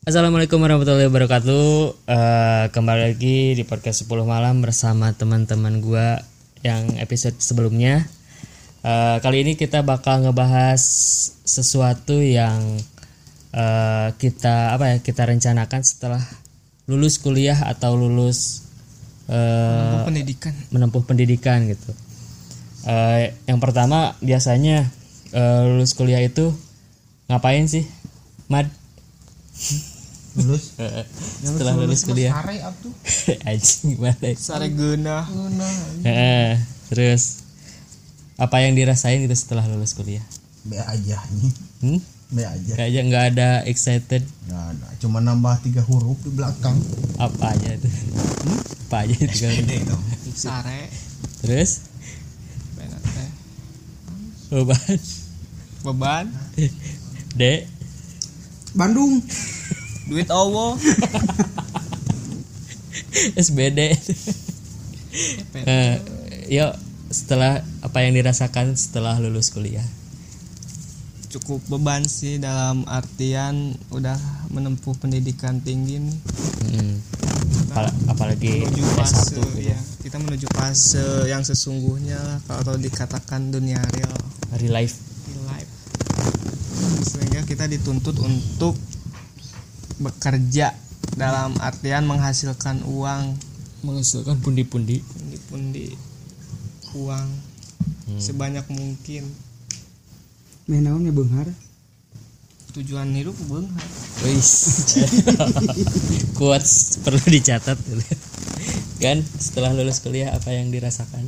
Assalamualaikum warahmatullahi wabarakatuh. Kembali lagi di podcast 10 malam bersama teman-teman gua yang episode sebelumnya. Kali ini kita bakal ngebahas sesuatu yang kita rencanakan setelah lulus kuliah atau lulus menempuh pendidikan gitu. Yang pertama biasanya lulus kuliah itu ngapain sih, Mad? Lulus Setelah lulus kuliah sare atuh anjing gimana sare geunah terus apa yang dirasain gitu setelah lulus kuliah? be aja nih be aja Kayaknya nggak ada excited. nggak ada, cuma nambah 3 huruf di belakang. Apa aja itu? Apa aja itu? sare Terus benar teh beban Dek Bandung duit owo SBD. Yuk, setelah apa yang dirasakan setelah lulus kuliah? cukup beban sih, dalam artian udah menempuh pendidikan tinggi nih. Apalagi Menuju S1 fase gitu. ya. Kita menuju fase yang sesungguhnya lah, kalau dikatakan dunia real Life. sehingga kita dituntut untuk bekerja dalam artian menghasilkan uang, Menghasilkan pundi-pundi. pundi uang sebanyak mungkin. naon ya beunghar Tujuan hidup beunghar. Wis. Quotes perlu dicatat kan setelah lulus kuliah apa yang dirasakan?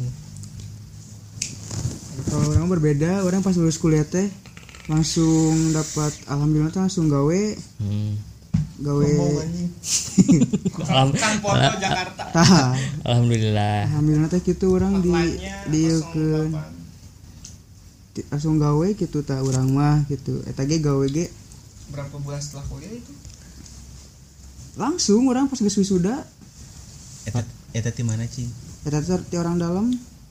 kalau orang berbeda. Orang pas lulus kuliah teh langsung dapat, alhamdulillah tuh langsung gawe Kang Porto Jakarta. tah Alhamdulillah teh kitu orang dieukeun langsung gawe gitu tah urang mah gitu. Eta ge gawe ge Berapa bulan setelah kuliah itu? langsung orang pas geus wisuda. Eta ti mana cing? Eta teh ti orang dalam.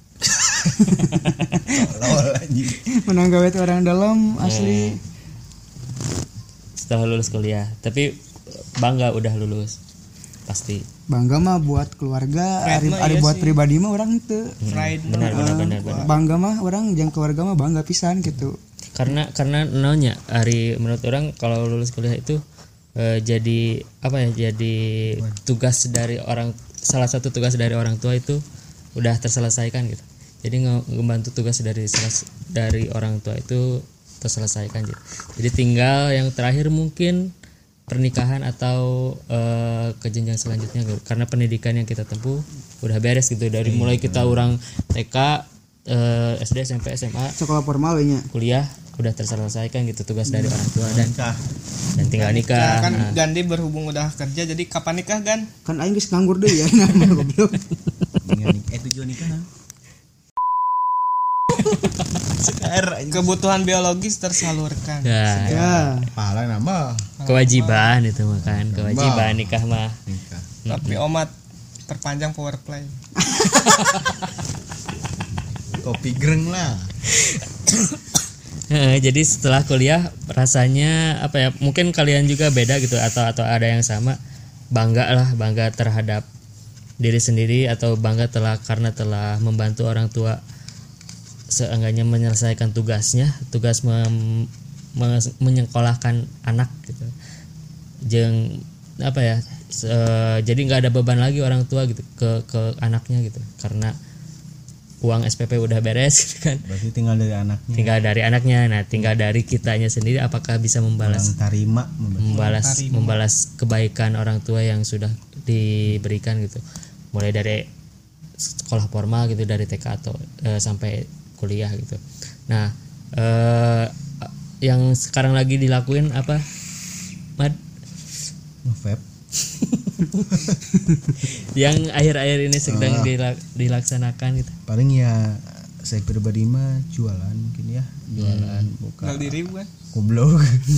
Lol anjing. Menang gawe ti orang dalam asli. setelah lulus kuliah, tapi bangga udah lulus pasti. Bangga mah buat keluarga, Pride mah ari iya buat sih. pribadi mah orang teu. Pride Benar. Bangga mah orang jeung keluarga mah bangga pisan gitu. Karena naonnya hari menurut orang kalau lulus kuliah itu jadi apa ya, jadi tugas dari salah satu tugas dari orang tua itu udah terselesaikan gitu. Jadi ngebantu tugas dari orang tua itu terselesaikan gitu. Jadi tinggal yang terakhir mungkin pernikahan atau ke jenjang selanjutnya gitu. Karena pendidikan yang kita tempuh udah beres gitu, dari mulai kita orang TK, SD, SMP, SMA, Sekolah formal we nya. kuliah udah terselesaikan gitu tugas dari orang tua dan tinggal nikah. Kan Gandhi berhubung udah kerja, jadi kapan nikah Gan? Kan aing geus nganggur deui ya nama goblok. Tujuan nikah nah. Sekarang Kebutuhan biologis tersalurkan. Ya, Ya, pahala nambah kewajiban itu mah kan, kewajiban nikah mah. nikah. Tapi omat perpanjang power play. Kopi greng lah. Jadi setelah kuliah rasanya apa ya? Mungkin kalian juga beda gitu atau ada yang sama. Bangga terhadap diri sendiri atau bangga karena telah membantu orang tua seenggaknya menyelesaikan tugas menyekolahkan anak gitu. Jadi nggak ada beban lagi orang tua gitu ke anaknya gitu, karena uang SPP udah beres gitu kan. Berarti tinggal dari anaknya. Nah tinggal dari kitanya sendiri apakah bisa membalas kebaikan orang tua yang sudah diberikan gitu, mulai dari sekolah formal gitu, dari TK atau sampai kuliah gitu. Nah yang sekarang lagi dilakuin apa, Mad? Vape. Yang akhir-akhir ini sedang dilaksanakan gitu. Paling ya saya pribadi mah jualan mungkin ya, buka Tinggal diri kan. goblok.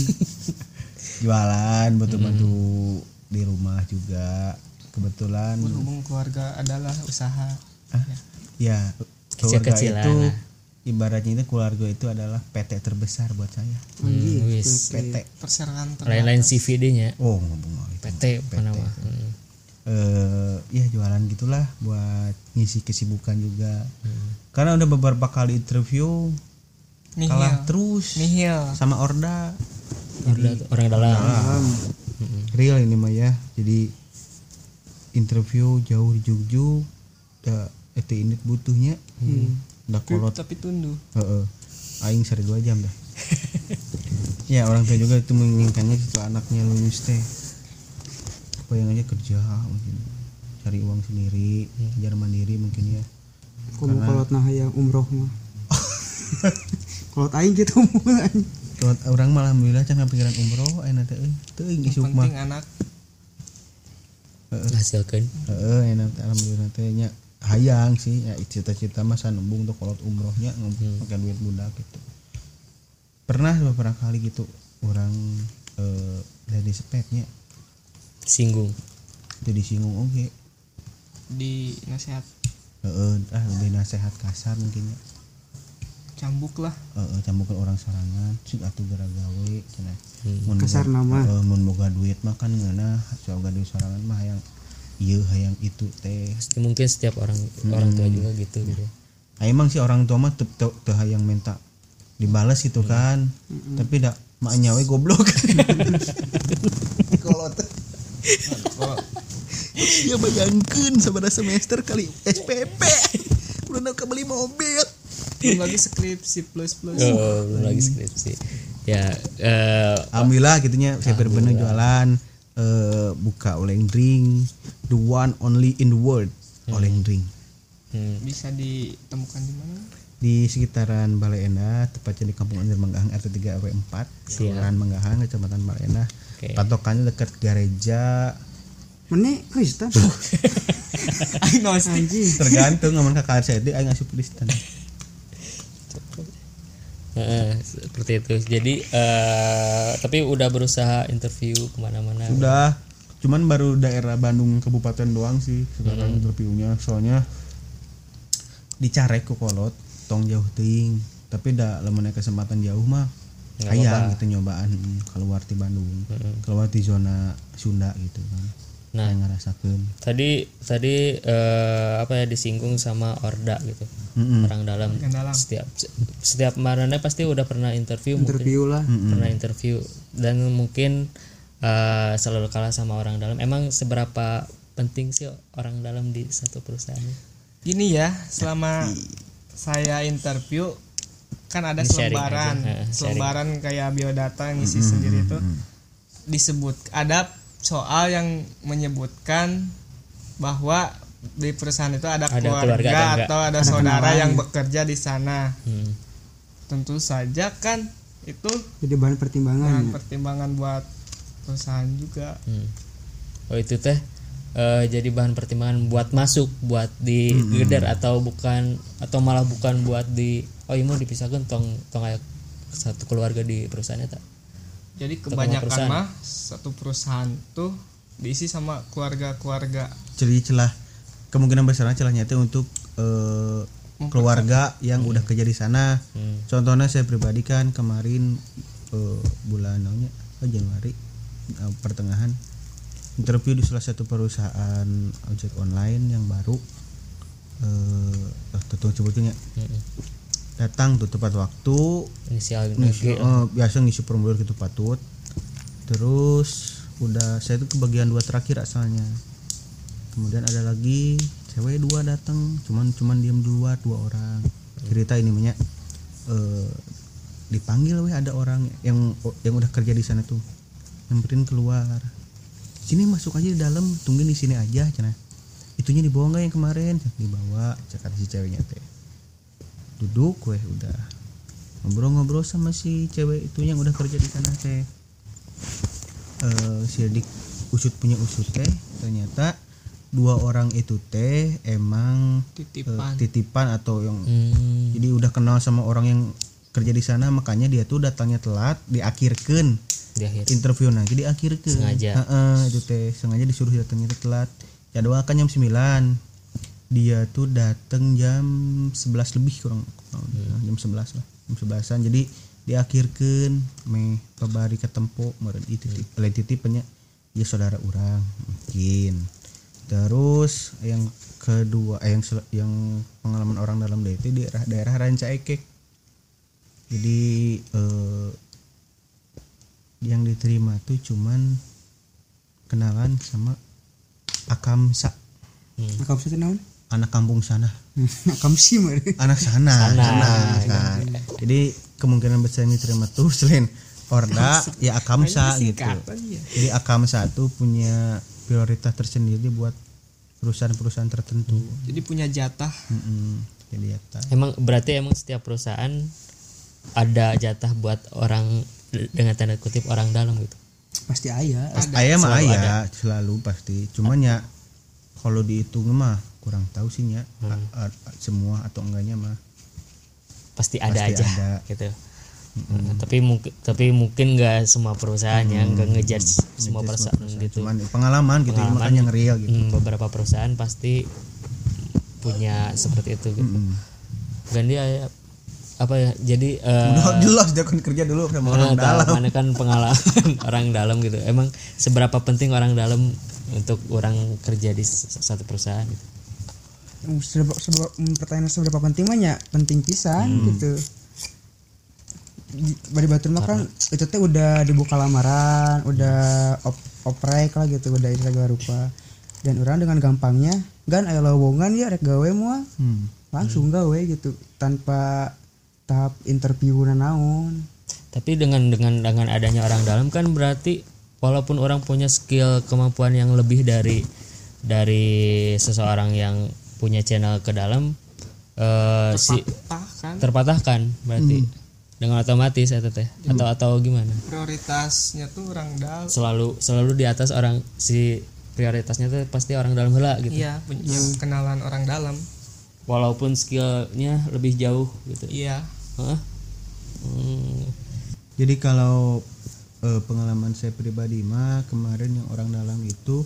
Jualan bantu di rumah juga kebetulan. Berhubung keluarga adalah usaha. Ya keluarga Kecil-kecilan itu lah. ibaratnya itu keluarga itu adalah PT terbesar buat saya. Wis. PT. Perserangan Lain-lain CVD-nya Oh ngomong itu. PT apa nama? Ya jualan gitulah buat ngisi kesibukan juga. Karena udah beberapa kali interview kalah terus nihil sama Orda. Orang dalam. Real ini mah ya. Jadi interview jauh di Jogja, eta ini butuhnya. Udah kolot. tapi tunduh. Aing sehari 2 jam dah. Ya orang tua juga itu menginginkannya itu anaknya lulus teh. Bayang aja kerja mungkin cari uang sendiri, kejar mandiri mungkin ya. Komo kolot nah hayang umroh mah. Kolot aing gitu mah. Kalau orang malah alhamdulillah can pikiran umroh ayeuna teh teuing isuk mah. Penting anak Hasilkan. Enak alhamdulillah teh nya hayang sih ya cita-cita mah sanembung tuh kolot umrohnya pakai duit budak gitu. Pernah beberapa kali gitu orang dari sepetnya Singgung. itu disinggung oke. di nasihat Lebih nasehat kasar mungkin ya. cambuk lah. Cambukan orang sorangan cik atuh gara gawe cenah. Kasar nama. Mun boga duit mah kan ngeunah soal duit sorangan mah hayang ieu hayang itu teh. Pasti mungkin setiap orang tua juga gitu gitu. Emang sih orang tua mah teu hayang minta dibalas gitu kan. Tapi dak maknya we goblok. Kolot. Ya bayangkeun sabaraha semester kali SPP. Udah kebeli mobil. Belum lagi skripsi plus. Belum lagi skripsi. Ya Alhamdulillah gitunya saya bener jualan buka oleng drink, the one only in the world oleng drink. Bisa ditemukan di mana? Di sekitaran Balai Endah, tepatnya di Kampung Anjir Manggahang RT 3 RW 4, Kelurahan Manggahang, Kecamatan Balai Endah. Patokannya dekat gereja. Mene Kristen. Agnostik. Tergantung ngomong ke KRCD aing asup Kristen. seperti itu. Jadi tapi udah berusaha interview kemana-mana. Udah, cuman baru daerah Bandung Kabupaten doang sih sekarang interviewnya. Soalnya dicarek ke kolot, tong jauh ting. Tapi dah lamun kesempatan jauh mah hayang gitu nyobaan keluar di Bandung, keluar di zona Sunda gitu kan. Nah, yang ngerasakeun. Tadi apa ya disinggung sama Orda gitu. Orang dalam. Setiap marane pasti udah pernah interview mungkin, lah. Pernah interview dan mungkin selalu kalah sama orang dalam. Emang seberapa penting sih orang dalam di satu perusahaan? Gini ya, selama saya interview kan ada selembaran kayak biodata ngisi sendiri itu disebut ada soal yang menyebutkan bahwa di perusahaan itu ada keluarga atau ada saudara yang bekerja di sana. Tentu saja kan itu jadi bahan pertimbangan buat perusahaan juga. Oh itu teh jadi bahan pertimbangan buat masuk, buat digeder atau bukan, atau malah bukan buat ini mau dipisahkan tong kayak satu keluarga di perusahaannya tak? Jadi kebanyakan mah satu perusahaan tuh diisi sama keluarga-keluarga. Jadi celah kemungkinan besar celahnya itu untuk keluarga yang udah kerja di sana. Contohnya saya pribadi kan kemarin bulan Januari pertengahan interview di salah satu perusahaan ojek online yang baru sebetulnya datang tuh tepat waktu biasa ngisi formulir gitu patut. Terus udah saya tuh ke bagian 2 terakhir asalnya. Kemudian ada lagi cewek 2 datang, cuman diam dulu 2 orang. Cerita ini banyak dipanggil ada orang yang udah kerja di sana tuh. Nyamperin keluar. Sini masuk aja di dalam, tungguin di sini aja cenah. Itunya dibawa enggak yang kemarin? Dibawa, cakap si ceweknya teh. Duduk udah ngobrol-ngobrol sama si cewek itu yang udah kerja di sana teh. Si adik punya usut teh ternyata 2 orang itu teh emang titipan atau yang jadi udah kenal sama orang yang kerja di sana, makanya dia tuh datangnya telat, diakhirkan interview jadi diakhirkan sengaja. Itu teh sengaja disuruh datangnya telat, jadwal kan jam 9. dia tuh datang jam 11 lebih kurang jam 11 lah, jam 11-an. Jadi diakhirkeun meh pabari ka tempo meureun titipnya ya saudara urang mungkin. Terus yang kedua yang pengalaman orang dalam itu daerah Ranca Ekek. Jadi yang diterima tuh cuman kenalan sama Akamsa. Akamsa itu naon? Anak kampung sana. Akamsi mah. Anak sana. Jadi kemungkinan besar yang diterima tuh selain Orda ya Akamsa gitu. Jadi Akamsa tuh punya prioritas tersendiri buat perusahaan-perusahaan tertentu. Jadi punya jatah. Jadi jatah. Emang berarti setiap perusahaan ada jatah buat orang dengan tanda kutip orang dalam gitu. Pasti aya. Aya mah aya selalu pasti. Cuman ya kalau dihitung mah kurang tahu sih nya semua atau enggaknya mah pasti ada aja gitu. Tapi mungkin nggak semua perusahaannya nggak ngejudge semua perusahaan gitu. Cuman pengalaman gitu makanya ngereal gitu. Beberapa perusahaan pasti punya seperti itu gitu. Dan dia jadi udah jelas dia kan kerja dulu sama orang dalam. Mana kan pengalaman orang dalam gitu. Emang seberapa penting orang dalam untuk orang kerja di satu perusahaan gitu. Pertanyaan seberapa penting mah ya penting pisan gitu. Bari batur mah kan itu teh udah dibuka lamaran, udah oprek lah gitu, udah segala rupa. Dan orang dengan gampangnya kan aya lowongan ya rek gawe mah langsung gawe gitu tanpa tahap interview naon. Tapi dengan adanya orang dalam kan berarti walaupun orang punya skill kemampuan yang lebih dari seseorang yang punya channel ke dalam terpatahkan berarti dengan otomatis itu teh atau gimana? Prioritasnya tuh orang dalam. Selalu di atas orang si prioritasnya tuh pasti orang dalam heula gitu. Iya, kenalan orang dalam. Walaupun skillnya lebih jauh gitu. Iya. Jadi kalau pengalaman saya pribadi mah kemarin yang orang dalam itu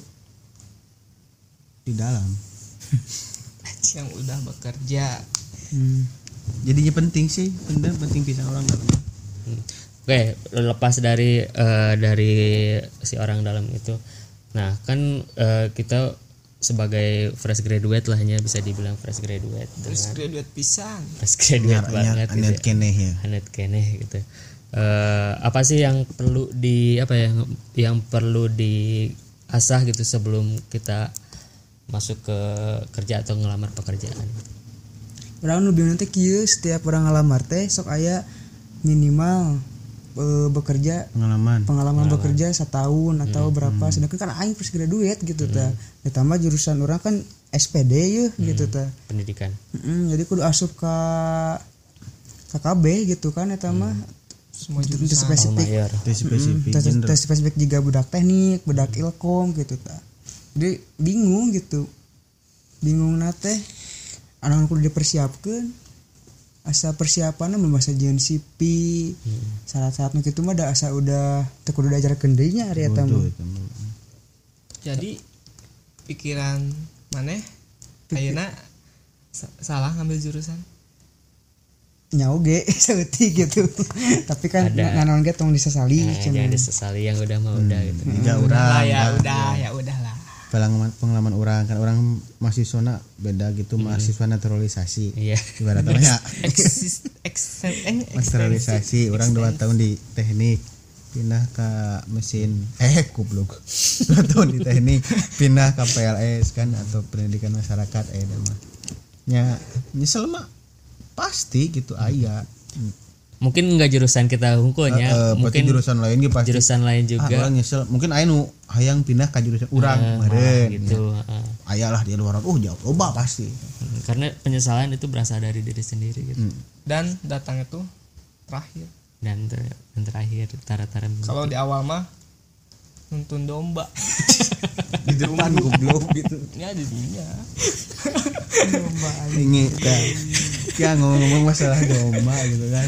di dalam yang udah bekerja. Jadinya penting sih, penting pisah orang dalam. Oke, lepas dari si orang dalam itu. Nah, kan kita sebagai fresh graduate lah hanya bisa dibilang fresh graduate. Fresh graduate pisan. Fresh graduate banget gitu. Anet keneh ya. Anet keneh gitu. Apa sih yang perlu yang perlu diasah gitu sebelum kita masuk ke kerja atau ngelamar pekerjaan? Orang lebih nanti kieu setiap orang ngelamar teh sok aya minimal bekerja pengalaman bekerja 1 tahun atau berapa, sedangkan kan aing fresh graduate gitu ta. Ditambah jurusan orang kan SPD ya gitu ta. Pendidikan. Jadi kudu asup ka KKB gitu kan eta mah. Semua jurusan spesifik juga budak teknik, budak ilkom gitu ta. Jadi bingung nate anak kudu dipersiapkan asa persiapannya membahasa JNCP syarat-syarat nu kitu mah da asa udah teu kudu diajarkeun deui nya ari eta mah. Jadi pikiran maneh ayeuna salah ngambil jurusan nyauge seutik gitu. Tapi kan naon ge tong disesali jangan disesali yang udah mah udah gitu. Ya udahlah. Pengalaman orang kan orang mahasiswana beda gitu, mahasiswa naturalisasi. Iya. Ibaratnya naturalisasi orang 2 tahun di teknik pindah ke mesin goblok 2 tahun di teknik pindah ke PLS kan atau pendidikan masyarakat mah nya nyesel mah pasti gitu aya. Mungkin enggak jurusan kita hungkulnya, mungkin jurusan lain gitu pasti. Jurusan lain juga. Orang nyesel, mungkin aya nu hayang pindah ke jurusan urang meureun gitu. Aya lah di luar jauh loba pasti. Karena penyesalan itu berasal dari diri sendiri gitu. Dan datang itu terakhir. Dan terakhir tara-tara. Kalau di awal mah nuntun domba. Di depan goblok gitu. Ya di dunia. Domba ini ya ngomong masalah domba gitu kan.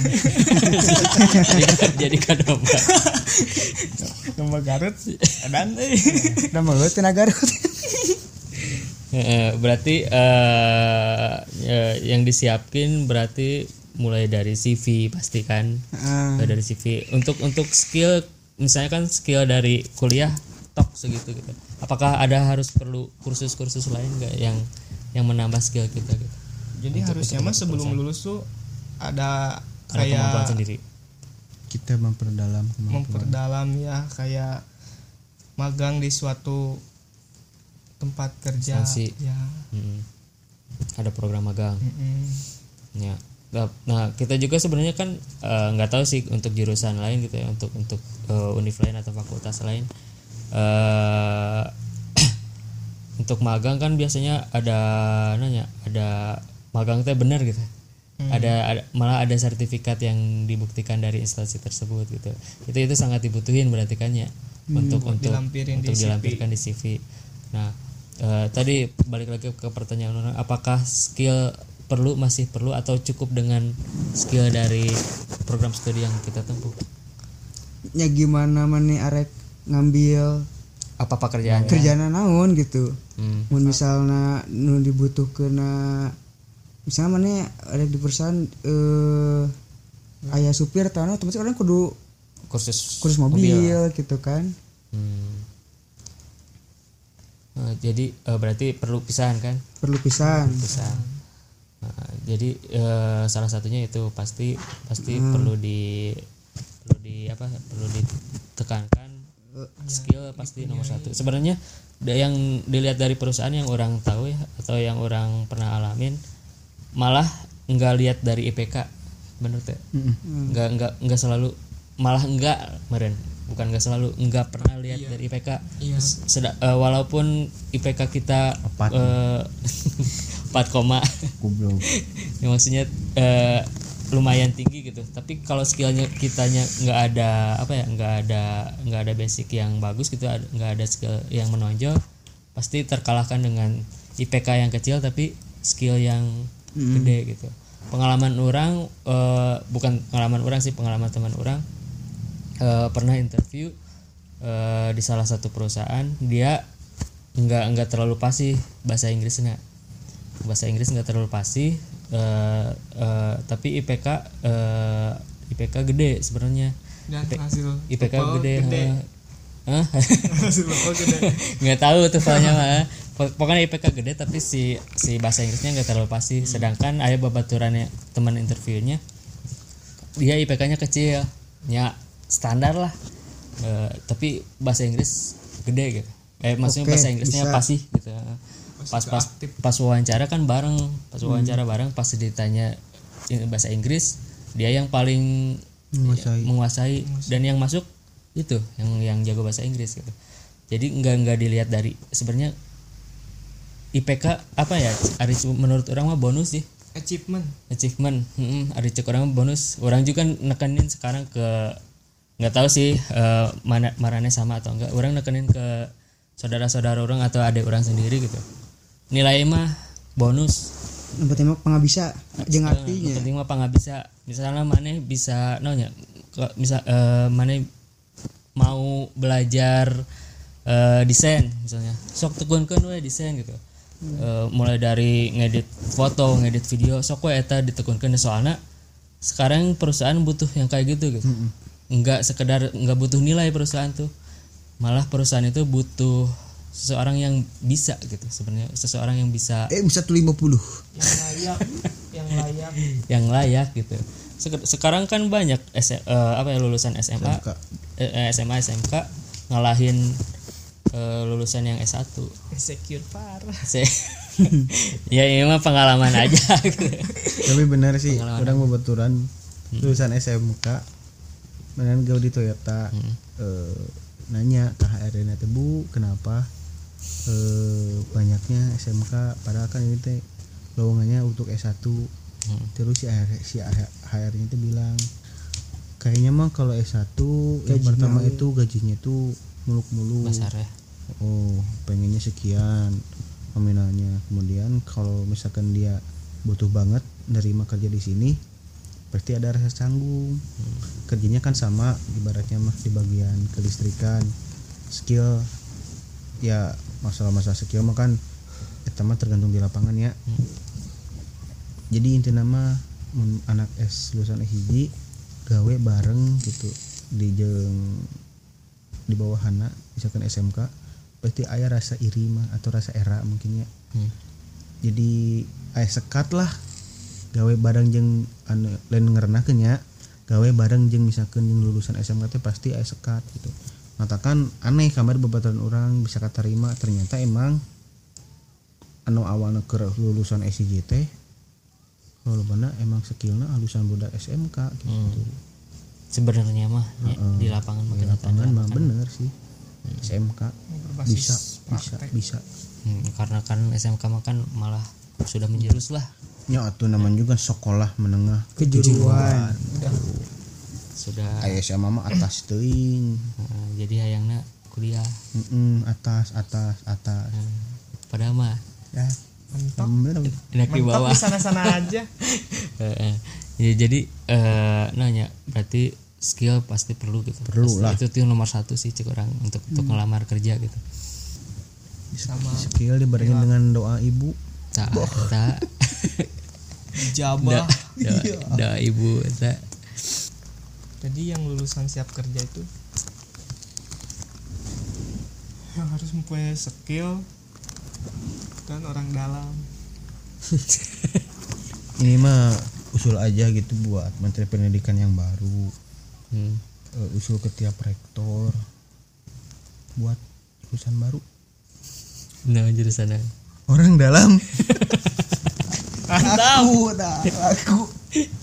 Jadi kan domba. Domba Garut dan nama lu tina Garut. Berarti yang disiapin berarti mulai dari CV pasti kan. Dari CV untuk skill, misalnya kan skill dari kuliah tok segitu gitu. Apakah ada harus perlu kursus-kursus lain nggak yang menambah skill kita gitu? Jadi harusnya mah sebelum lulus tuh ada kayak kemampuan sendiri. Kita memperdalam ya, kayak magang di suatu tempat kerja ya. Ada program magang. Ya. Nah, kita juga sebenarnya kan nggak tahu sih untuk jurusan lain gitu ya, untuk univ lain atau fakultas lain. Untuk magang kan biasanya ada magang teh benar gitu. Ada malah ada sertifikat yang dibuktikan dari instansi tersebut gitu. Itu sangat dibutuhin berarti kan ya, untuk dilampirkan di CV. Nah, tadi balik lagi ke pertanyaan orang, apakah skill masih perlu atau cukup dengan skill dari program studi yang kita tempuh? Ya gimana mana arek ngambil apa pekerjaannya? Kerjaan naon gitu. Mun misalnya nu dibutuhkeun misalnya mana arek di perusahaan aya supir tano otomatis orang kudu kursus mobil gitu kan. Jadi berarti perlu pisahan kan? Perlu pisahan. Jadi salah satunya itu pasti perlu ditekankan, skill pasti nomor satu. Sebenarnya yang dilihat dari perusahaan yang orang tahu ya, atau yang orang pernah alamin, malah nggak lihat dari IPK, bener teh? Nggak selalu, malah bukan nggak selalu, nggak pernah lihat dari IPK. Walaupun IPK kita 4, ya, maksudnya lumayan tinggi gitu, tapi kalau skillnya kitanya nggak ada basic yang bagus gitu, nggak ada skill yang menonjol, pasti terkalahkan dengan IPK yang kecil tapi skill yang gede gitu. Pengalaman orang, bukan pengalaman orang sih, pengalaman teman orang, pernah interview di salah satu perusahaan, dia nggak terlalu fasih bahasa Inggris nggak terlalu fasih, tapi IPK gede sebenarnya. Dan hasil IPK gede. Hasil gede. Nggak tahu tuh soalnya mah. Pokoknya IPK gede tapi si bahasa Inggrisnya nggak terlalu fasih. Sedangkan aya babaturannya teman interviewnya, dia IPK-nya kecil, ya standar lah. Tapi bahasa Inggris gede gitu. Maksudnya bahasa Inggrisnya fasih gitu. Pas wawancara kan bareng, pas ditanya bahasa Inggris, dia yang paling menguasai dan yang masuk itu yang jago bahasa Inggris gitu. Jadi nggak dilihat dari sebenarnya IPK apa ya, menurut orang mah bonus sih, achievement. Ari cek orang bonus. Orang juga nekenin sekarang ke, nggak tahu sih marane sama atau enggak, orang nekenin ke saudara-saudara orang atau adik orang sendiri gitu, nilai mah bonus. Yang penting mah pangabisa jeung artinya. Yang penting mah pangabisa. Misalnya maneh bisa nanya, maneh mau belajar desain misalnya, sok tekunkeun we desain gitu. Mulai dari ngedit foto, ngedit video, sok we eta ditekunkeun, soalnya sekarang perusahaan butuh yang kayak gitu. Enggak sekedar enggak butuh nilai perusahaan tuh. Malah perusahaan itu butuh seseorang yang bisa gitu sebenarnya, seseorang yang bisa 150 yang layak gitu. Sekarang kan banyak lulusan SMA SMK ngalahin lulusan yang S1. Insecure parah. Ya ini mah pengalaman aja gitu. Tapi benar sih, orang babaturan lulusan SMK beneran gawe di Toyota. Nanya ke HRD-nya teh, Bu, kenapa banyaknya SMK, padahal kan ini teh lowongannya untuk S1. Terus si HRD-nya teh bilang, kayaknya mah kalau S1 yang pertama itu gajinya itu muluk-muluk. Besar ya. Oh, pengennya sekian nominalnya. Kemudian kalau misalkan dia butuh banget nerima kerja di sini, pasti ada rasa canggung. Kerjanya kan sama, ibaratnya mah di bagian kelistrikan. Skill ya, masalah skill mah kan eta mah tergantung di lapangan ya. Jadi inti nama anak lulusan hiji gawe bareng gitu di bawahana misalkan SMK pasti aya rasa iri mah atau rasa era mungkin ya. Jadi aya sekat lah gawe bareng jeung anu lain ngerenahkeun nya gawe bareng jeung misalkan jeung lulusan SMK teh pasti aya sekat gitu. Matakan aneh kamar babaturan orang bisa katarima ternyata emang anu awalna keur lulusan SIG teh lolobana emang skillna lulusan budak SMK gitu. Sebenarnya mah di lapangan di lapangan mah bener sih. SMK bisa. Karena kan SMK mah kan malah sudah menjurus lah. Ya atuh namanya juga sekolah menengah kejuruan. Sudah aya SMA mah atas teuing. Jadi hayangna kuliah. Atas. Padahal mah ya mantap di bawah di sana-sana aja. Ya, jadi nanya berarti skill pasti perlu gitu. Perlu lah. Itu tuh nomor 1 sih cik orang untuk ngelamar kerja gitu. Sama skill dibarengin dengan doa ibu. Tak. Jabah. Doa ibu tak. Jadi yang lulusan siap kerja itu yang harus mempunyai skill dan orang dalam. Ini mah usul aja gitu buat Menteri Pendidikan yang baru. Usul ke tiap rektor buat jurusan baru. Nah, jurusan orang dalam. Aku